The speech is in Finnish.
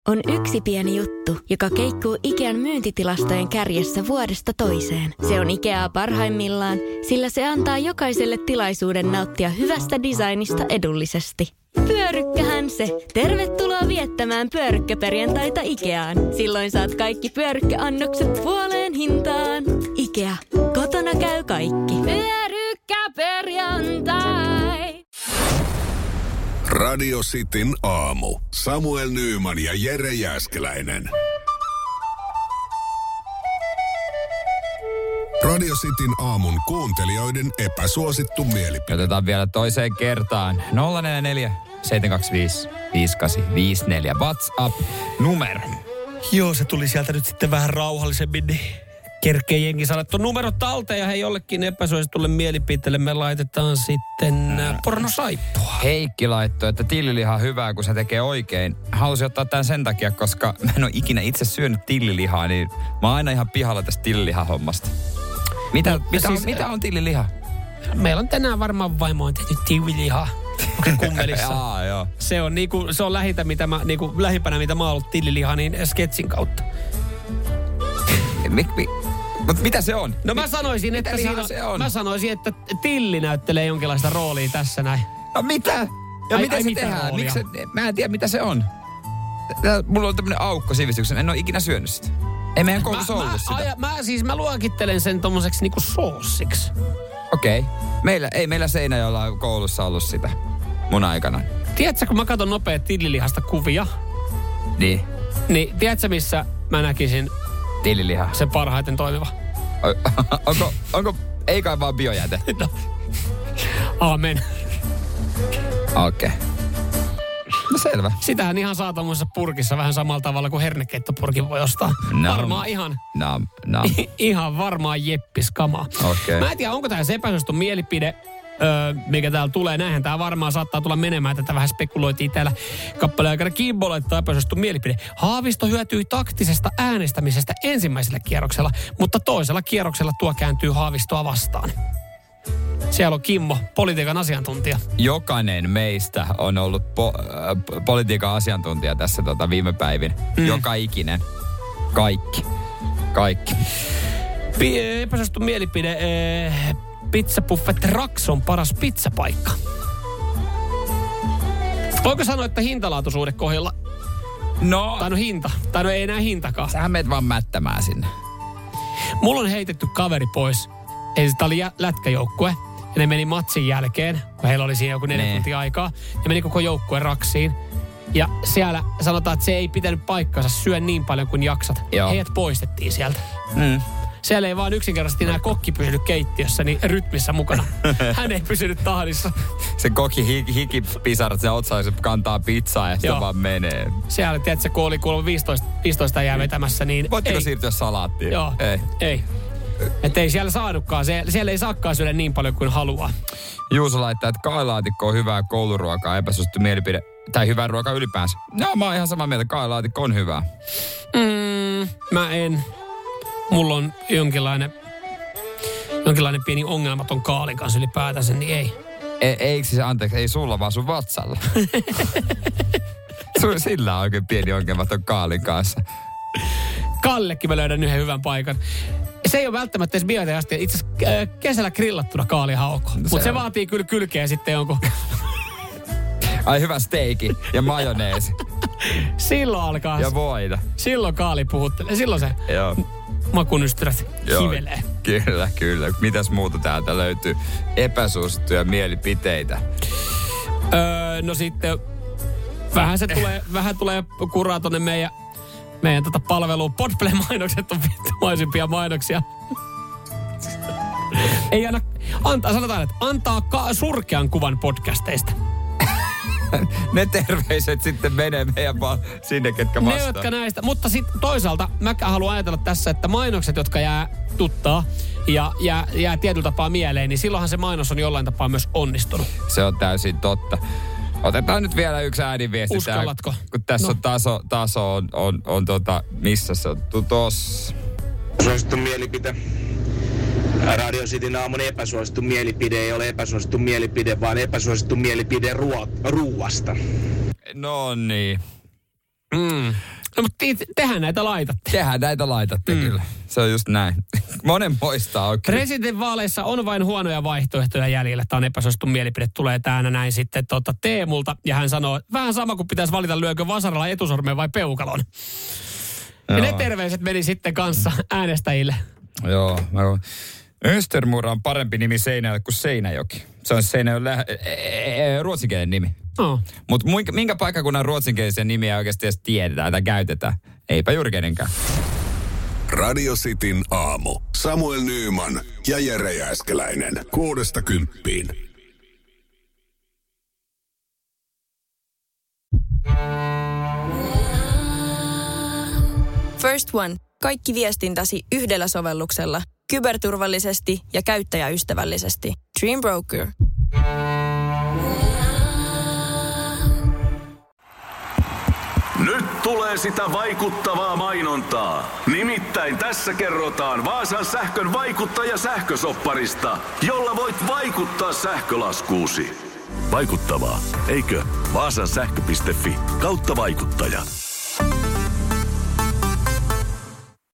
On yksi pieni juttu, joka keikkuu Ikean myyntitilastojen kärjessä vuodesta toiseen. Se on Ikeaa parhaimmillaan, sillä se antaa jokaiselle tilaisuuden nauttia hyvästä designista edullisesti. Pyörykkähän se! Tervetuloa viettämään pyörykkäperjantaita Ikeaan. Silloin saat kaikki pyörykkäannokset puoleen hintaan. Ikea. Kotona käy kaikki. Pyörykkäperjantai! Radio Cityn aamu. Samuel Nyyman ja Jere Jääskeläinen. Radio Cityn aamun kuuntelijoiden epäsuosittu mielipide. Otetaan vielä toiseen kertaan. 044 725 5854. WhatsApp-numero. Joo, se tuli sieltä nyt sitten vähän rauhallisemmin, niin kerkee jengi sanottu numerot talteen ja hei jollekin epäsuositulle mielipiteelle me laitetaan sitten pornosaippua. Heikki laittoi, että tilliliha on hyvää, kun se tekee oikein. Halusin ottaa tämän sen takia, koska mä en ole ikinä itse syönyt tillilihaa, niin mä oon aina ihan pihalla tästä tillilihahommasta. Mitä on tilliliha? Meillä on tänään varmaan vaimo on tehty tillilihaa. Kummelissa. Joo. Se on lähimpänä mitä mä oon ollut tillilihaa, niin sketsin kautta. Mutta mitä se on? No mä sanoisin, että tilli näyttelee jonkinlaista roolia tässä näin. No mitä? Ja mitä se tehdään? Mä en tiedä, mitä se on. Mulla on tämmönen aukko sivistyksen. En ole ikinä syönyt sitä. Ei meidän koulussa ollut sitä. Mä luokittelen sen tommoseksi niinku soossiksi. Okei. Meillä Seinäjoella on koulussa ollut sitä mun aikana. Tiedätkö, kun mä katson nopeat tillilihasta kuvia? Niin. Niin, tiedätkö missä mä näkisin tilliliha? Se parhaiten toimiva. Onko ei kai vaan biojäte? No. Aamen. Okei. No selvä. Sitähän ihan saa tommoisessa purkissa vähän samalla tavalla kuin hernekeittopurkin voi ostaa. Varmaan ihan. Ihan varmaan jeppiskamaa. Okei. Mä en tiedä, onko tämä se epäsuosittu mielipide, mikä täällä tulee. Näinhän tää varmaan saattaa tulla menemään. Tätä vähän spekuloitiin täällä kappaleen aikana. Kimbo laittaa epäsuosittu mielipide. Haavisto hyötyi taktisesta äänestämisestä ensimmäisellä kierroksella, mutta toisella kierroksella tuo kääntyy Haavistoa vastaan. Siellä on Kimmo, politiikan asiantuntija. Jokainen meistä on ollut politiikan asiantuntija tässä viime päivin. Joka ikinen. Kaikki. Epäsuosittu mielipide. Pizza Buffet Rax on paras pizzapaikka. Voiko sanoa, että hintalaatuisuuden kohdalla? No hinta. Tai no ei enää hintakaan. Sähän meet vaan mättämään sinne. Mulla on heitetty kaveri pois. Tämä oli lätkäjoukkue. Ja ne meni matsin jälkeen, kun heillä oli siinä joku 4 tuntia aikaa. Ja meni koko joukkueen Raksiin. Ja siellä sanotaan, että se ei pitänyt paikkansa. Syö niin paljon kuin jaksat. Joo. Heidät poistettiin sieltä. Siellä ei vaan yksinkertaisesti enää kokki pysynyt keittiössä, niin rytmissä mukana. Hän ei pysynyt tahdissa. Se kokki hikipisarat, se otsaisi kantaa pizzaa ja sitä vaan menee. Siellä, tiedätkö, kun oli kuulemma 15 jää vetämässä, niin voitteko siirtyä salaattiin? Joo, ei. Että ei siellä saanutkaan. Siellä ei saakaan syödä niin paljon kuin haluaa. Juuso laittaa, että kailaatikko on hyvää kouluruokaa, epäsuosittu mielipide. Tai hyvää ruokaa ylipäänsä. No, mä oon ihan samaa mieltä, kailaatikko on hyvää. Mä en. Mulla on jonkinlainen pieni ongelmaton kaalin kanssa ylipäätänsä, niin ei. Eikö siis, anteeksi, ei sulla vaan sun vatsalla. Sillä on oikein pieni ongelmaton kaalin kanssa. Kallekin mä löydän yhden hyvän paikan. Se ei ole välttämättä edes bioteasti. Itse asiassa kesällä grillattuna kaali ihan ok. Mutta se vaatii kyllä kylkeä sitten jonkun. Ai hyvä steiki ja majoneesi. Silloin alkaa. Ja voida. Silloin kaali puhuttelee. Silloin se makunystyrät hivelee. Kyllä. Mitäs muuta täältä löytyy? Epäsuosittuja mielipiteitä. No sitten vähän tulee kuraa tonne meidän palveluun. Podplay-mainokset on vittumaisimpia mainoksia. Ei sanotaan, että antaa surkean kuvan podcasteista. Ne terveiset sitten menee meidän vaan sinne, ketkä vastaa. Ne, jotka näistä. Mutta sitten toisaalta mä haluan ajatella tässä, että mainokset, jotka jää tuttaa ja jää tietyllä tapaa mieleen, niin silloinhan se mainos on jollain tapaa myös onnistunut. Se on täysin totta. Otetaan nyt vielä yksi ääniviesti. Uskallatko? Kun tässä on taso on missä se on? Tossa. Suosittu mielipide. Radio Cityn aamun epäsuosittu mielipide ei ole epäsuosittu mielipide, vaan epäsuosittu mielipide ruuasta. No niin. No, mutta tehän näitä laitatte. Tehän näitä laitatte kyllä. Se on just näin. Monen poistaa oikein. Presidentinvaaleissa on vain huonoja vaihtoehtoja jäljellä. Tämä on epäsuosittu mielipide. Tulee täällä näin sitten Teemulta. Ja hän sanoo, vähän sama kuin pitäisi valita, lyökö vasaralla etusormen vai peukalon. Ja ne terveiset meni sitten kanssa äänestäjille. Joo. Östermura on parempi nimi Seinäjoelle kuin Seinäjoki. Se on Seinäjoelle ruotsinkielinen nimi. Mutta minkä paikkakunnan ruotsinkielisiä nimiä oikeasti edes tiedetään tai käytetään? Eipä juuri kenenkään. Radio Cityn aamu. Samuel Nyyman ja Jere Jääskeläinen. 6–10. First One. Kaikki viestintäsi yhdellä sovelluksella. Kyberturvallisesti ja käyttäjäystävällisesti. Dream Broker. Nyt tulee sitä vaikuttavaa mainontaa. Nimittäin tässä kerrotaan Vaasan sähkön vaikuttaja-sähkösopparista, jolla voit vaikuttaa sähkölaskuusi. Vaikuttavaa, eikö? Vaasansähkö.fi/vaikuttaja.